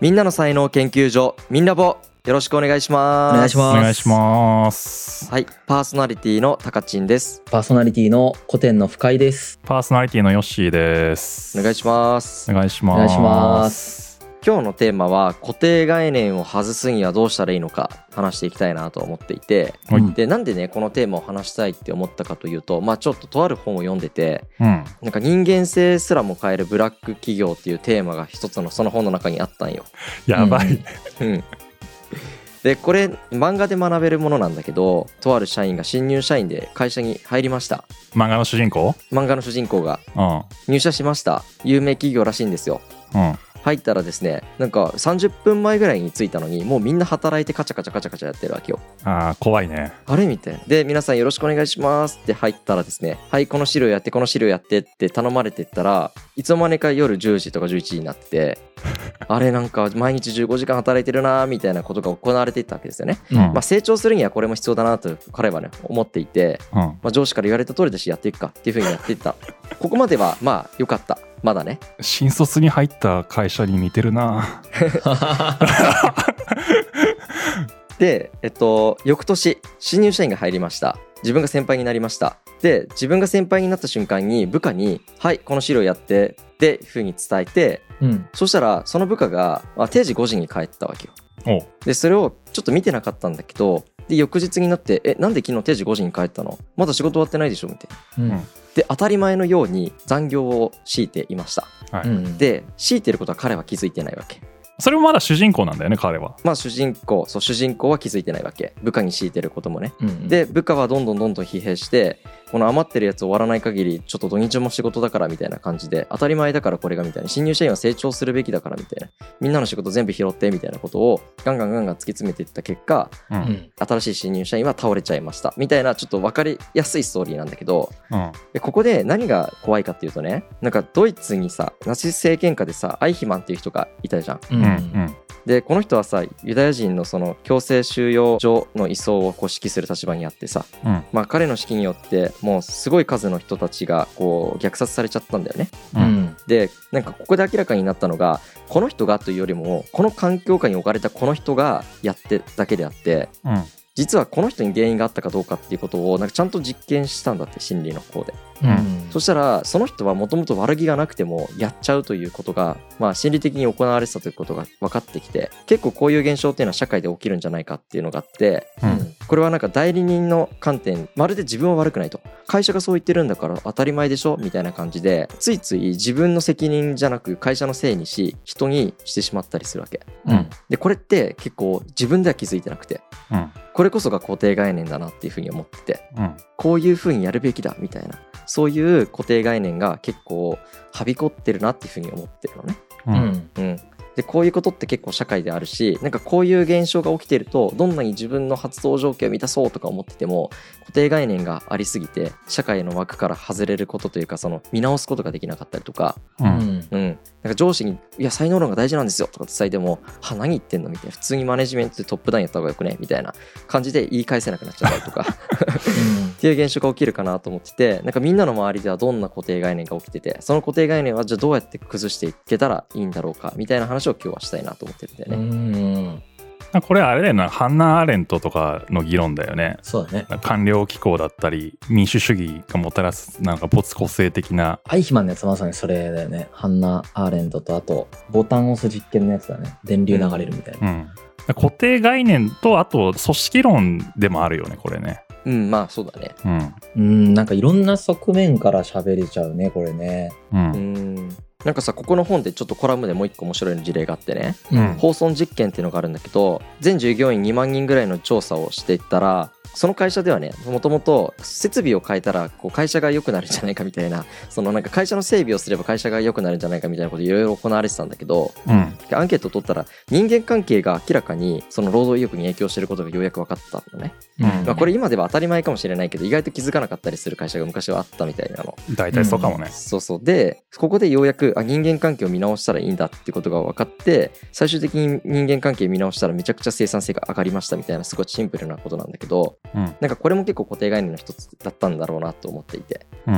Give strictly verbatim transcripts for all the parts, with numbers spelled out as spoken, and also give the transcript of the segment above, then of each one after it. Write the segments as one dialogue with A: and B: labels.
A: みんなの才能研究所みんラボ、よろしくお願いします。
B: お願いします。
C: お願いします。
A: はい、パーソナリティのたかちんです。
B: パーソナリティの古典の深井です。
C: パーソナリティのヨッシーです。
A: お願いします。
C: お願いします。
B: お願いします。
A: 今日のテーマは固定概念を外すにはどうしたらいいのか話していきたいなと思っていて、
C: はい、
A: でなんでねこのテーマを話したいって思ったかというと、まあちょっととある本を読んでて、
C: うん、
A: なんか人間性すらも変えるブラック企業っていうテーマが一つのその本の中にあったんよ。
C: やばい、
A: うんうん、でこれ漫画で学べるものなんだけど、とある社員が新入社員で会社に入りました。
C: 漫画の主人公
A: 漫画の主人公が
C: うん
A: 入社しました。有名企業らしいんですよ。
C: うん
A: 入ったらですね、なんかさんじゅっぷんまえぐらいに着いたのにもうみんな働いてカチャカチャカチャカチャやってるわけよ。
C: あー怖いね。
A: あれみたいな。で皆さんよろしくお願いしますって入ったらですね、はいこの資料やってこの資料やってって頼まれてったら、いつの間にか夜じゅうじとかじゅういちじになっててあれなんか毎日じゅうごじかん働いてるなみたいなことが行われていったわけですよね。
C: うん
A: まあ、成長するにはこれも必要だなと彼はね思っていて、
C: うん
A: まあ、上司から言われた通りだしやっていくかっていう風にやっていった。ここまではまあ良かった。まだね
C: 新卒に入った会社に似てるな
A: で、えっと、翌年新入社員が入りました。自分が先輩になりました。で自分が先輩になった瞬間に部下にはいこの資料やってっていう風に伝えて、
B: うん、
A: そしたらその部下が、まあ、定時ごじに帰ったわけよ。
C: お
A: でそれをちょっと見てなかったんだけど、で翌日になってえなんで昨日定時ごじに帰ったの、まだ仕事終わってないでしょみたいな、
B: うん、
A: で当たり前のように残業を強いていました。
C: はい、
B: うん、
A: で強いてることは彼は気づいてないわけ。
C: それもまだ主人公なんだよね彼は。
A: まあ主人公そう主人公は気づいてないわけ、部下に強いてることもね、
B: うん、
A: で部下はどんどんどんどん疲弊して、この余ってるやつ終わらない限りちょっと土日も仕事だからみたいな感じで、当たり前だからこれがみたいな、新入社員は成長するべきだからみたいな、みんなの仕事全部拾ってみたいなことをガンガンガンガン突き詰めていった結果、
C: うんうん
A: 新しい新入社員は倒れちゃいましたみたいな、ちょっと分かりやすいストーリーなんだけど、
C: うん
A: でここで何が怖いかっていうとね、なんかドイツにさナチス政権下でさアイヒマンっていう人がいたじゃん。
B: うん
C: うんうん
A: でこの人はさユダヤ人のその強制収容所の移送をこう指揮する立場にあってさ、
C: うん
A: まあ彼の指揮によってもうすごい数の人たちがこう虐殺されちゃったんだよね。
B: うん、
A: でなんかここで明らかになったのが、この人がというよりもこの環境下に置かれたこの人がやってだけであって、
C: うん
A: 実はこの人に原因があったかどうかっていうことをなんかちゃんと実験したんだって、心理の方で。
B: うん
C: うん
A: そしたらその人はもともと悪気がなくてもやっちゃうということが、まあ、心理的に行われてたということが分かってきて、結構こういう現象っていうのは社会で起きるんじゃないかっていうのがあって、
C: うん
A: これはなんか代理人の観点、まるで自分は悪くないと、会社がそう言ってるんだから当たり前でしょみたいな感じで、ついつい自分の責任じゃなく会社のせいにし人にしてしまったりするわけ
C: うん
A: で、これって結構自分では気づいてなくて、
C: うん
A: これこそが固定概念だなっていうふうに思ってて、
C: うん
A: こういうふうにやるべきだみたいな、そういう固定概念が結構はびこってるなっていうふうに思ってるのね。
C: うん
B: うん
A: うんでこういうことって結構社会であるし、なんかこういう現象が起きてるとどんなに自分の発動条件を満たそうとか思ってても固定概念がありすぎて社会の枠から外れることというか、その見直すことができなかったりとか、
C: う
B: うんん
A: うん、なんか上司にいや才能論が大事なんですよとか伝えても、は何言ってんのみたいな、普通にマネジメントでトップダウンやった方がよくねみたいな感じで言い返せなくなっちゃったりとかっていう現象が起きるかなと思ってて、なんかみんなの周りではどんな固定概念が起きてて、その固定概念はじゃあどうやって崩していけたらいいんだろうかみたいな話を今日はしたいなと思ってるんだよ
B: う
A: ね。
B: ん、
C: これあれだよな、ハンナ・アーレントとかの議論だよね。
B: そうだね。
C: 官僚機構だったり民主主義がもたらすなんか没個性的な。
B: アイヒマンのやつまさにそれだよね。ハンナ・アーレントと、あとボタンを押す実験のやつだね。電流流れるみたいな。
C: うん固定概念とあと組織論でもあるよねこれね。
A: うんまあそうだね。
C: うん
B: うん、なんかいろんな側面から喋れちゃうねこれね。
C: う
A: うんんなんかさ、ここの本でちょっとコラムでもう一個面白い事例があってね、
C: うん
A: 放送実験っていうのがあるんだけど、全従業員にまんにんぐらいの調査をしていったら、その会社ではね、もともと設備を変えたらこう会社が良くなるんじゃないかみたいな、そのなんか会社の整備をすれば会社が良くなるんじゃないかみたいなこといろいろ行われてたんだけど、
C: うん
A: アンケートを取ったら人間関係が明らかにその労働意欲に影響していることがようやく分かったのね。
C: うん
A: まあ、これ今では当たり前かもしれないけど、意外と気づかなかったりする会社が昔はあったみたいなの。
C: 大体そうかもね。
A: そうそう。でここでようやくあ人間関係を見直したらいいんだっていうことが分かって、最終的に人間関係見直したらめちゃくちゃ生産性が上がりましたみたいな、すごいシンプルなことなんだけど、
C: うん
A: なんかこれも結構固定概念の一つだったんだろうなと思っていて、
C: うん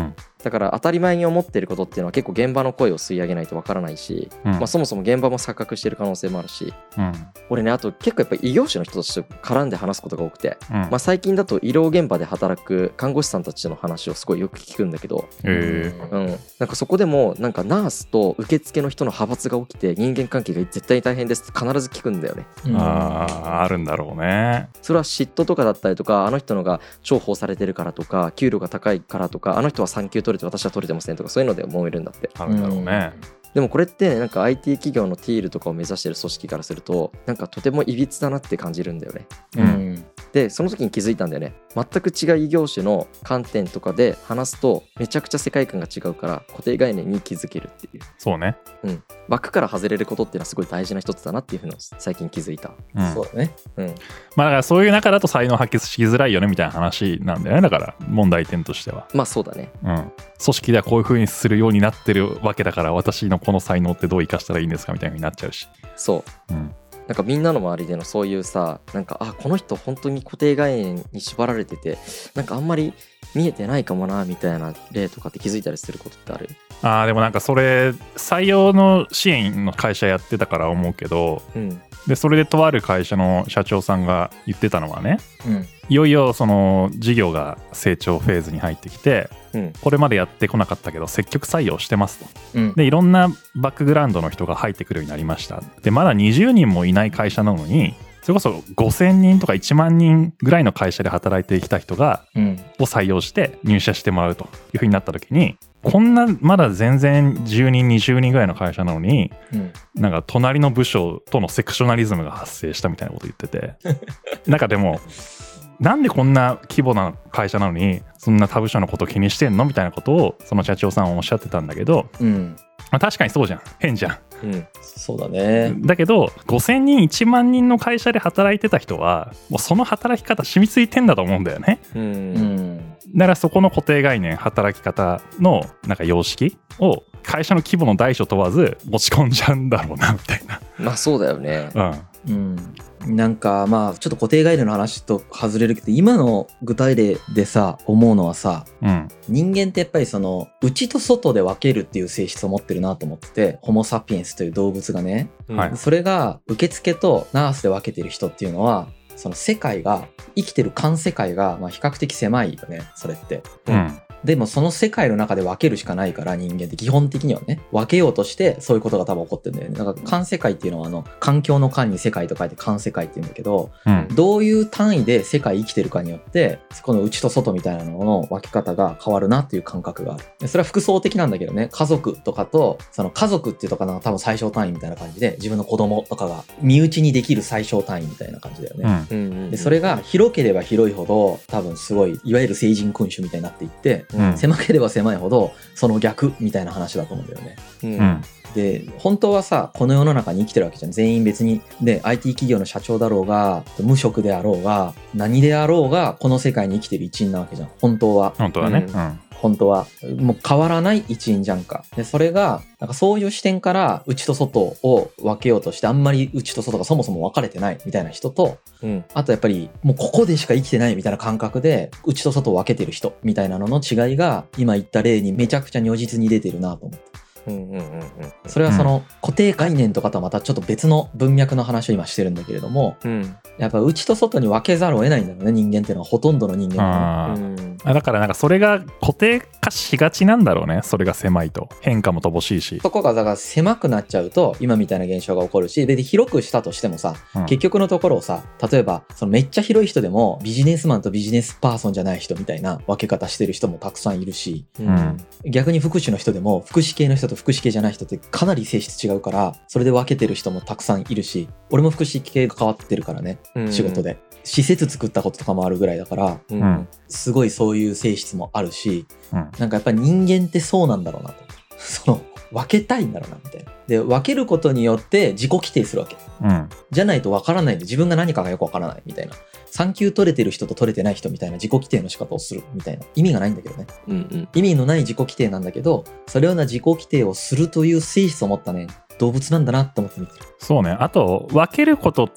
A: だから当たり前に思ってることっていうのは結構現場の声を吸い上げないとわからないし、
C: うん
A: まあ、そもそも現場も錯覚してる可能性もあるし、
C: うん
A: 俺ねあと結構やっぱり異業種の人たちと絡んで話すことが多くて、
C: うん
A: まあ、最近だと医療現場で働く看護師さんたちの話をすごいよく聞くんだけど、
C: えー
A: うん、なんかそこでもなんかナースと受付の人の派閥が起きて人間関係が絶対に大変ですって必ず聞くんだよね。
B: うん
C: あーあるんだろうね。
A: それは嫉妬とかだったりとか、あの人のが重宝されてるからとか給料が高いからとか、あの人は産休取れて私は取れてませんとか、そういうので揉めるんだって。
C: あるんだろうね。
A: でもこれってなんか アイティー 企業のティールとかを目指してる組織からするとなんかとてもいびつだなって感じるんだよね。
C: う
B: うんん
A: でその時に気づいたんだよね。全く違う異業種の観点とかで話すとめちゃくちゃ世界観が違うから固定概念に気づけるっていう、
C: そうね。
A: うん、枠から外れることっていうのはすごい大事な一つだなっていうふうに最近気づいた。
C: うん
B: そうだね。
A: うん、
C: まあだからそういう中だと才能発揮しづらいよねみたいな話なんだよね。だから問題点としては。
A: まあそうだね。
C: うん。組織ではこういう風にするようになってるわけだから私のこの才能ってどう生かしたらいいんですかみたいな風になっちゃうし。
A: そう
C: うん。
A: なんかみんなの周りでのそういうさ、なんかあこの人本当に固定概念に縛られててなんかあんまり見えてないかもなみたいな例とかって気づいたりすることってある？
C: ああでもなんかそれ採用の支援の会社やってたから思うけど、
A: うん
C: でそれでとある会社の社長さんが言ってたのはね、
B: うん
C: いよいよその事業が成長フェーズに入ってきて、
A: うん
C: これまでやってこなかったけど積極採用してますと。
B: うん
C: でいろんなバックグラウンドの人が入ってくるようになりました。でまだにじゅうにんもいない会社なのにそれこそごせんにんとかいちまんにんぐらいの会社で働いてきた人が
B: うん
C: を採用して入社してもらうという風になった時に、こんなまだ全然じゅうにんにじゅうにんぐらいの会社なのに
B: うん
C: なんか隣の部署とのセクショナリズムが発生したみたいなこと言っててなんかでもなんでこんな規模な会社なのにそんな他部署のこと気にしてんのみたいなことをその社長さんはおっしゃってたんだけど、
B: うん
C: まあ、確かにそうじゃん、変じゃん。
A: うん
B: そうだね。
C: だけどごせんにんいちまん人の会社で働いてた人はもうその働き方染みついてんだと思うんだよね。
A: う
B: うんん
C: だからそこの固定概念働き方のなんか様式を会社の規模の大小問わず持ち込んじゃうんだろうなみたいな。
A: まあそうだよね。
C: うん
B: うん、なんかまあちょっと固定概念の話と外れるけど今の具体例でさ思うのはさ、
C: うん
B: 人間ってやっぱりその内と外で分けるっていう性質を持ってるなと思ってて、ホモ・サピエンスという動物がね、
C: はい
B: それが受付とナースで分けてる人っていうのはその世界が生きてる環世界がまあ比較的狭いよねそれって。
C: うん
B: でもその世界の中で分けるしかないから人間って基本的にはね分けようとしてそういうことが多分起こってるんだよね。だから環世界っていうのはあの環境の環に世界と書いて環世界って言うんだけど、
C: うん
B: どういう単位で世界生きてるかによってこの内と外みたいなのの分け方が変わるなっていう感覚がある。でそれは複層的なんだけどね、家族とかとその家族っていうとかの多分最小単位みたいな感じで自分の子供とかが身内にできる最小単位みたいな感じだよね。
C: うん
A: うんうん
B: でそれが広ければ広いほど多分すごいいわゆる聖人君主みたいになっていって、
C: うん
B: 狭ければ狭いほどその逆みたいな話だと思うんだよね。
A: うん
C: うん
B: で本当はさこの世の中に生きてるわけじゃん。全員別にで アイティー 企業の社長だろうが無職であろうが何であろうがこの世界に生きてる一員なわけじゃん本当は。
C: 本当だね。
A: う
C: うん
B: 本当はもう変わらない一員じゃんか。でそれがなんかそういう視点から内と外を分けようとしてあんまり内と外がそもそも分かれてないみたいな人と、
A: うん
B: あとやっぱりもうここでしか生きてないみたいな感覚で内と外を分けてる人みたいなのの違いが今言った例にめちゃくちゃ如実に出てるなと思って。
A: うんうんうんうん
B: それはその固定概念とかとはまたちょっと別の文脈の話を今してるんだけれども、
A: うん
B: やっぱ内と外に分けざるを得ないんだろうね人間っていうのは。ほとんどの人間は
C: あー
A: うん
C: あだからなんかそれが固定化しがちなんだろうね。それが狭いと変化も乏しいし。
B: そこがだから狭くなっちゃうと今みたいな現象が起こるし、で広くしたとしてもさ、
C: うん
B: 結局のところをさ例えばそのめっちゃ広い人でもビジネスマンとビジネスパーソンじゃない人みたいな分け方してる人もたくさんいるし、
A: うん
B: 逆に福祉の人でも福祉系の人と福祉系じゃない人ってかなり性質違うからそれで分けてる人もたくさんいるし、俺も福祉系が変わってるからね、
A: うん
B: 仕事で施設作ったこととかもあるぐらいだから
A: うん
C: うん
B: すごいそういう性質もあるし、
C: うん
B: なんかやっぱり人間ってそうなんだろうなとその分けたいんだろうなみたいな。で分けることによって自己規定するわけ
C: うん
B: じゃないと分からないんで自分が何かがよく分からないみたいな。産休取れてる人と取れてない人みたいな自己規定の仕方をするみたいな意味がないんだけどね。
A: うんうん
B: 意味のない自己規定なんだけどそれような自己規定をするという性質を持ったね動物なんだなって思って見てる。
C: そうね。あと分けることと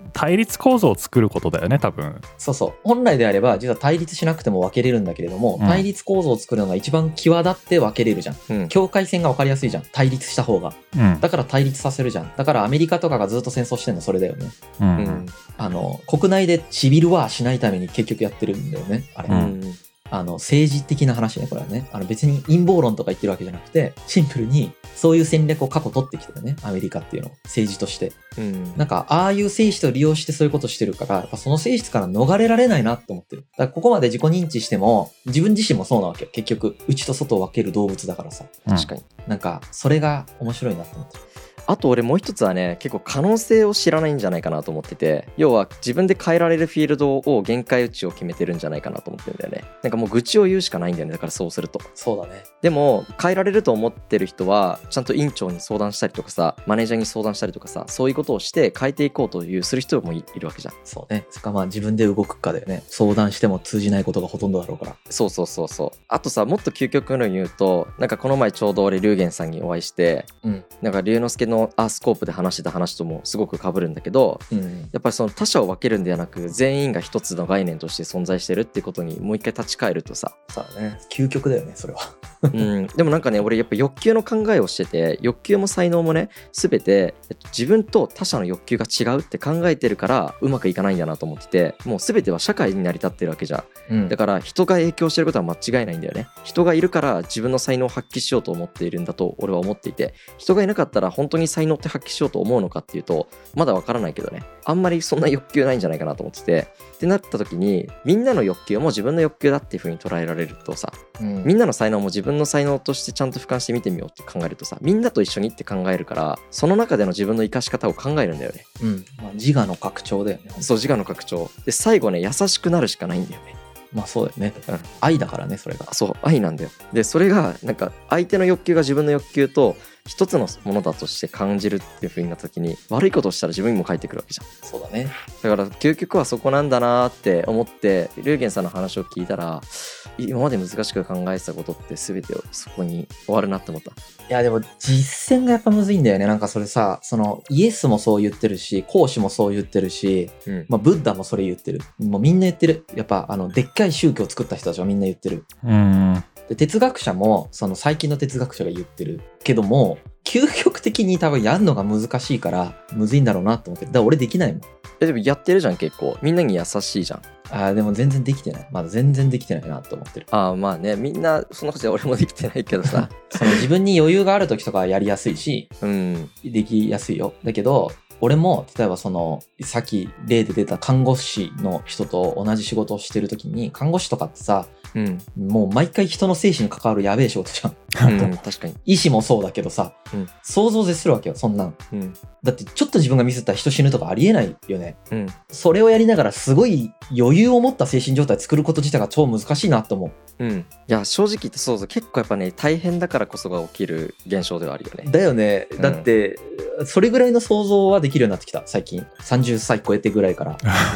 C: 対立構造を作ることだよね多分。
B: そうそう。本来であれば実は対立しなくても分けれるんだけれども、
C: うん
B: 対立構造を作るのが一番際立って分けれるじゃん。
A: うん
B: 境界線が分かりやすいじゃん。対立した方が。
C: うん
B: だから対立させるじゃん。だからアメリカとかがずっと戦争してんのそれだよね。
C: う
A: うんん
B: あの、国内でシビルワーしないために結局やってるんだよね。あれ。
C: う
A: うんん
B: あの、政治的な話ね、これはね。あの別に陰謀論とか言ってるわけじゃなくて、シンプルにそういう戦略を過去取ってきたよね。アメリカっていうのを。政治として。
A: うん
B: なんか、ああいう性質を利用してそういうことしてるから、やっぱその性質から逃れられないなって思ってる。だからここまで自己認知しても、自分自身もそうなわけよ。結局、内と外を分ける動物だからさ。
A: 確かに。
B: なんか、それが面白いなって思ってる。
A: あと俺もう一つはね結構可能性を知らないんじゃないかなと思ってて、要は自分で変えられるフィールドを限界値を決めてるんじゃないかなと思ってるんだよね。なんかもう愚痴を言うしかないんだよね。だからそうすると。
B: そうだね。
A: でも変えられると思ってる人はちゃんと院長に相談したりとかさ、マネージャーに相談したりとかさ、そういうことをして変えていこうというする人も い, いるわけじゃん。
B: そうね。それかまあ自分で動くかだよね。相談しても通じないことがほとんどだろうから。
A: そうそうそうそう。あとさ、もっと究極の言うと、なんかこの前ちょうど俺龍玄さんにお会いして、
B: うん。
A: なんか龍之介のアースコープで話してた話ともすごく被るんだけど、
B: うん。
A: やっぱりその他者を分けるんではなく全員が一つの概念として存在してるってことにもう一回立ち返るとさ、
B: そうだね。究極だよね、それは。
A: うん、でもなんかね俺やっぱ欲求の考えをしてて、欲求も才能もね全て、えっと、自分と他者の欲求が違うって考えてるからうまくいかないんだなと思ってて、もう全ては社会に成り立ってるわけじゃん。
B: うん
A: だから人が影響してることは間違いないんだよね。人がいるから自分の才能を発揮しようと思っているんだと俺は思っていて、人がいなかったら本当に才能って発揮しようと思うのかっていうとまだわからないけどね、あんまりそんな欲求ないんじゃないかなと思ってて、ってなった時にみんなの欲求も自分の欲求だっていう風に捉えられるとさ、
B: うん
A: みんなの才能も自分の才能としてちゃんと俯瞰して見てみようって考えるとさ、みんなと一緒にって考えるからその中での自分の生かし方を考えるんだよね。
B: うん。まあ、自我の拡張だよね。
A: そう、自我の拡張で最後ね優しくなるしかないんだよね。
B: まあそうだよね。
A: うん
B: 愛だからね、それが。
A: そう、愛なんだよ。でそれがなんか相手の欲求が自分の欲求と一つのものだとして感じるっていう風になった時に悪いことをしたら自分にも返ってくるわけじゃん。
B: そうだね。
A: だから究極はそこなんだなって思って龍玄さんの話を聞いたら、今まで難しく考えてたことって全てそこに終わるなって思った。
B: いやでも実践がやっぱむずいんだよね。なんかそれさ、そのイエスもそう言ってるし、孔子もそう言ってるし、
A: うん
B: まあブッダもそれ言ってる。もうみんな言ってる。やっぱあのでっかい宗教を作った人たちはみんな言ってる。
C: うん
B: で哲学者もその最近の哲学者が言ってるけども、究極的に多分やるのが難しいからむずいんだろうなと思ってる。だから俺できないもん。
A: えでもやってるじゃん結構。みんなに優しいじゃん。
B: ああでも全然できてない。まだ全然できてないなと思ってる。
A: ああまあね、みんなそんなことで俺もできてないけどさ
B: その自分に余裕がある時とかはやりやすいし、
A: うん
B: できやすいよ。だけど、俺も、例えばその、さっき例で出た看護師の人と同じ仕事をしてる時に、看護師とかってさ、
A: うん
B: もう毎回人の生死に関わるやべえ仕事じゃん。
A: うん確かに。
B: 医師もそうだけどさ、
A: うん
B: 想像絶するわけよ、そんなん。
A: うん
B: だってちょっと自分がミスったら人死ぬとかありえないよね。
A: うん
B: それをやりながらすごい余裕を持った精神状態作ること自体が超難しいなと思う。
A: うんいや正直言ってそうそう、結構やっぱね大変だからこそが起きる現象ではあるよね。
B: だよね。だって、それぐらいの想像はできるようになってきた、最近。さんじゅっさい超えてぐらいから。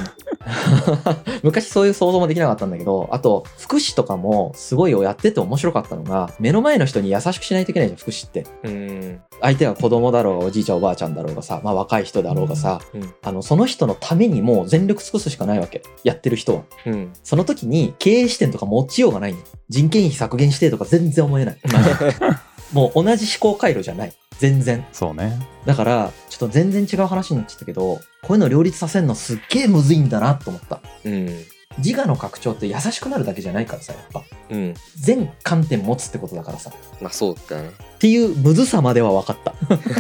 B: 昔そういう想像もできなかったんだけど、あと、福祉とかもすごいやってて面白かったのが、目の前の人に優しくしないといけないじゃん、福祉って。
A: うん
B: 相手が子供だろうが、おじいちゃんおばあちゃんだろうがさ、まあ若い人だろうがさ、
A: うん
B: あの、その人のためにもう全力尽くすしかないわけ。やってる人は。
A: うん
B: その時に経営視点とか持ちようがないの。人件費削減してとか全然思えない。もう同じ思考回路じゃない。全然。
C: そうね。
B: だから、ちょっと全然違う話になっちゃったけど、こういうのを両立させるのすっげえむずいんだなと思った。
A: うん
B: 自我の拡張って優しくなるだけじゃないからさ、やっぱ。
A: うん
B: 全観点持つってことだからさ。
A: まあそうだね。
B: っていうむずさまでは分かった。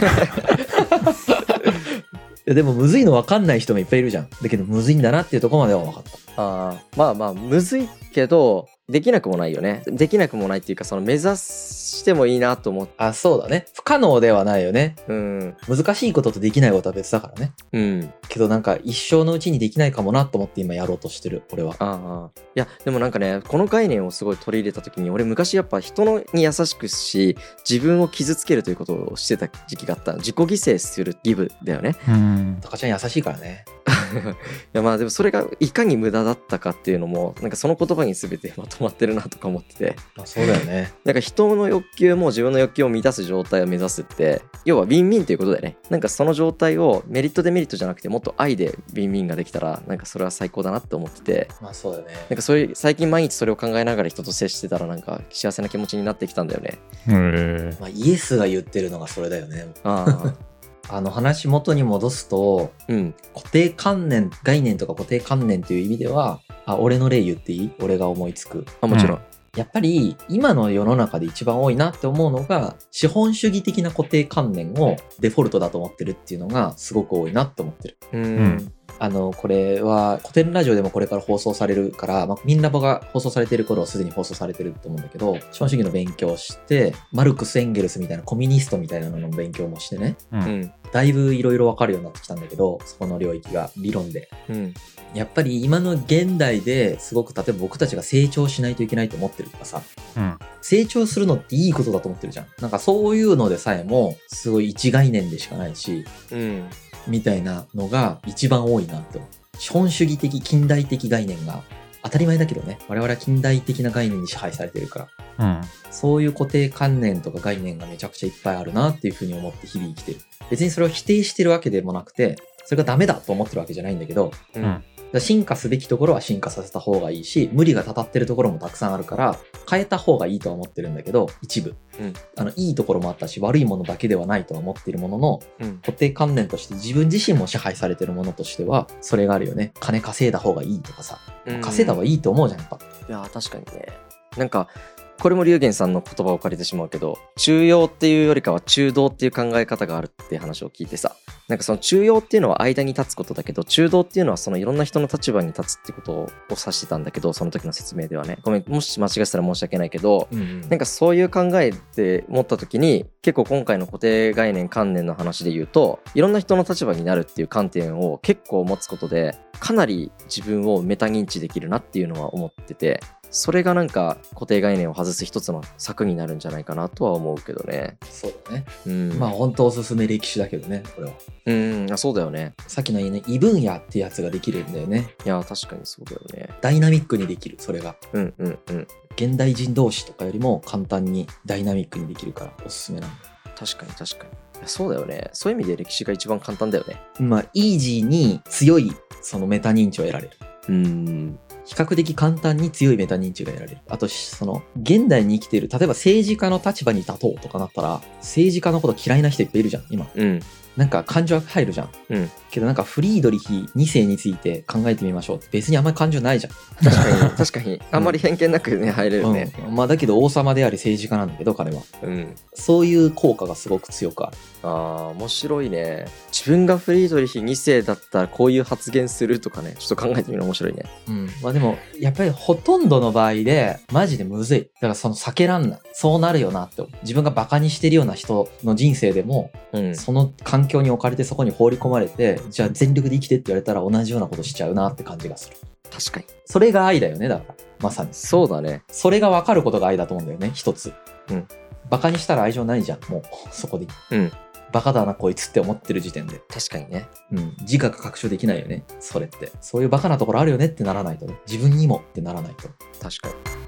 B: いやでもむずいの分かんない人もいっぱいいるじゃん。だけどむずいんだなっていうところまでは分かった。
A: ああまあまあむずいけどできなくもないよね。できなくもないっていうか、その目指してもいいなと思って。
B: あ、そうだね。不可能ではないよね。
A: うん
B: 難しいこととできないことは別だからね。
A: うん
B: けどなんか一生のうちにできないかもなと思って今やろうとしてる、俺は。
A: ああいやでもなんかね、この概念をすごい取り入れた時に、俺昔やっぱ人のに優しくし自分を傷つけるということをしてた時期があった。自己犠牲するギブだよね。
C: うん
B: タカちゃん優しいからね。
A: いやまあでもそれがいかに無駄だったかっていうのもなんかその言葉に全てまとまってるなとか思ってて、
B: あ、そうだよね。
A: なんか人の欲欲求も自分の欲求を満たす状態を目指すって要はウィンウィンということだよね。なんかその状態をメリットデメリットじゃなくてもっと愛でウィンウィンができたらなんかそれは最高だなって思ってて、
B: まあそうだね。
A: なんかそれ最近毎日それを考えながら人と接してたらなんか幸せな気持ちになってきたんだよね。
C: へー。
B: まあ、イエスが言ってるのがそれだよね。
A: あ
B: あの話元に戻すと、
A: うん
B: 固定観念、概念とか固定観念という意味では、あ、俺の例言っていい？俺が思いつく。
A: あもちろん、
B: やっぱり今の世の中で一番多いなって思うのが、資本主義的な固定観念をデフォルトだと思ってるっていうのがすごく多いなって思ってる。
A: うん、
C: うん
B: あの、これは古典ラジオでもこれから放送されるから、まあ、ミンラボが放送されている頃はすでに放送されてると思うんだけど、資本主義の勉強をして、マルクス・エンゲルスみたいなコミュニストみたいなのの勉強もしてね、
C: う
A: うんん
B: だいぶいろいろわかるようになってきたんだけど、そこの領域が理論で。
A: うん
B: やっぱり今の現代ですごく、例えば僕たちが成長しないといけないと思ってるとかさ、
C: うん
B: 成長するのっていいことだと思ってるじゃん。なんかそういうのでさえも、すごい一概念でしかないし、
A: うん
B: みたいなのが一番多いなって思う。資本主義的、近代的概念が当たり前だけどね、我々は近代的な概念に支配されてるから、
C: うん
B: そういう固定観念とか概念がめちゃくちゃいっぱいあるなっていうふうに思って日々生きてる。別にそれを否定してるわけでもなくて、それがダメだと思ってるわけじゃないんだけど、
A: う
C: うんん
B: 進化すべきところは進化させた方がいいし、無理がたたってるところもたくさんあるから、変えた方がいいとは思ってるんだけど、一部。
A: うん
B: あの、いいところもあったし、悪いものだけではないとは思っているものの、
A: うん
B: 固定観念として自分自身も支配されてるものとしては、それがあるよね。金稼いだ方がいいとかさ。
A: うん
B: 稼いだ方がいいと思うじゃん、やっぱ。
A: いや確かにね。なんかこれも龍玄さんの言葉を借りてしまうけど、中庸っていうよりかは中道っていう考え方があるって話を聞いてさ、なんかその中庸っていうのは間に立つことだけど、中道っていうのはそのいろんな人の立場に立つってことを指してたんだけど、その時の説明ではね、ごめんもし間違ってたら申し訳ないけど、なんかそういう考えで持った時に結構今回の固定概念観念の話で言うと、いろんな人の立場になるっていう観点を結構持つことでかなり自分をメタ認知できるなっていうのは思ってて、それがなんか固定概念を外す一つの策になるんじゃないかなとは思うけどね。
B: そうだね。
A: うん
B: まあ本当おすすめ歴史だけどね、これは。
A: うんあそうだよね。
B: さっきの言うね、異分野ってやつができるんだよね。
A: いや確かにそうだよね。
B: ダイナミックにできる、それが。
A: うんうんうん
B: 現代人同士とかよりも簡単にダイナミックにできるからおすすめなんだ。
A: 確かに確かに。いやそうだよね。そういう意味で歴史が一番簡単だよね。
B: まあ、イージーに強いそのメタ認知を得られる。
A: うん
B: 比較的簡単に強いメタ認知が得られる。あと、その、現代に生きている、例えば政治家の立場に立とうとかなったら、政治家のこと嫌いな人いっぱいいるじゃん、今。
A: うん
B: なんか感情が入るじゃん。
A: うん
B: けどなんかフリードリヒに世について考えてみましょうって別にあんまり感情ないじゃん。
A: 確かに確かにあんまり偏見なくね入れるね。
B: うん、まあだけど王様であり政治家なんだけど彼は。
A: うん
B: そういう効果がすごく強くある。
A: あー面白いね。自分がフリードリヒに世だったらこういう発言するとかね、ちょっと考えてみるの面白いね。
B: うん。まあでも、やっぱりほとんどの場合で、マジでむずい。だからその避けらんない。そうなるよなって思う。自分がバカにしてるような人の人生でも、
A: うん
B: その環境に置かれてそこに放り込まれて、じゃあ全力で生きてって言われたら同じようなことしちゃうなって感じがする。
A: 確かに
B: それが愛だよね、だから。まさに。
A: そうだね。
B: それが分かることが愛だと思うんだよね、一つ。
A: うん。
B: バカにしたら愛情ないじゃん、もう、そこで。
A: うん
B: バカだな、こいつって思ってる時点で。
A: 確かにね。
B: うん。自我が確証できないよね、それって。そういうバカなところあるよねってならないとね。自分にもってならないと。
A: 確かに。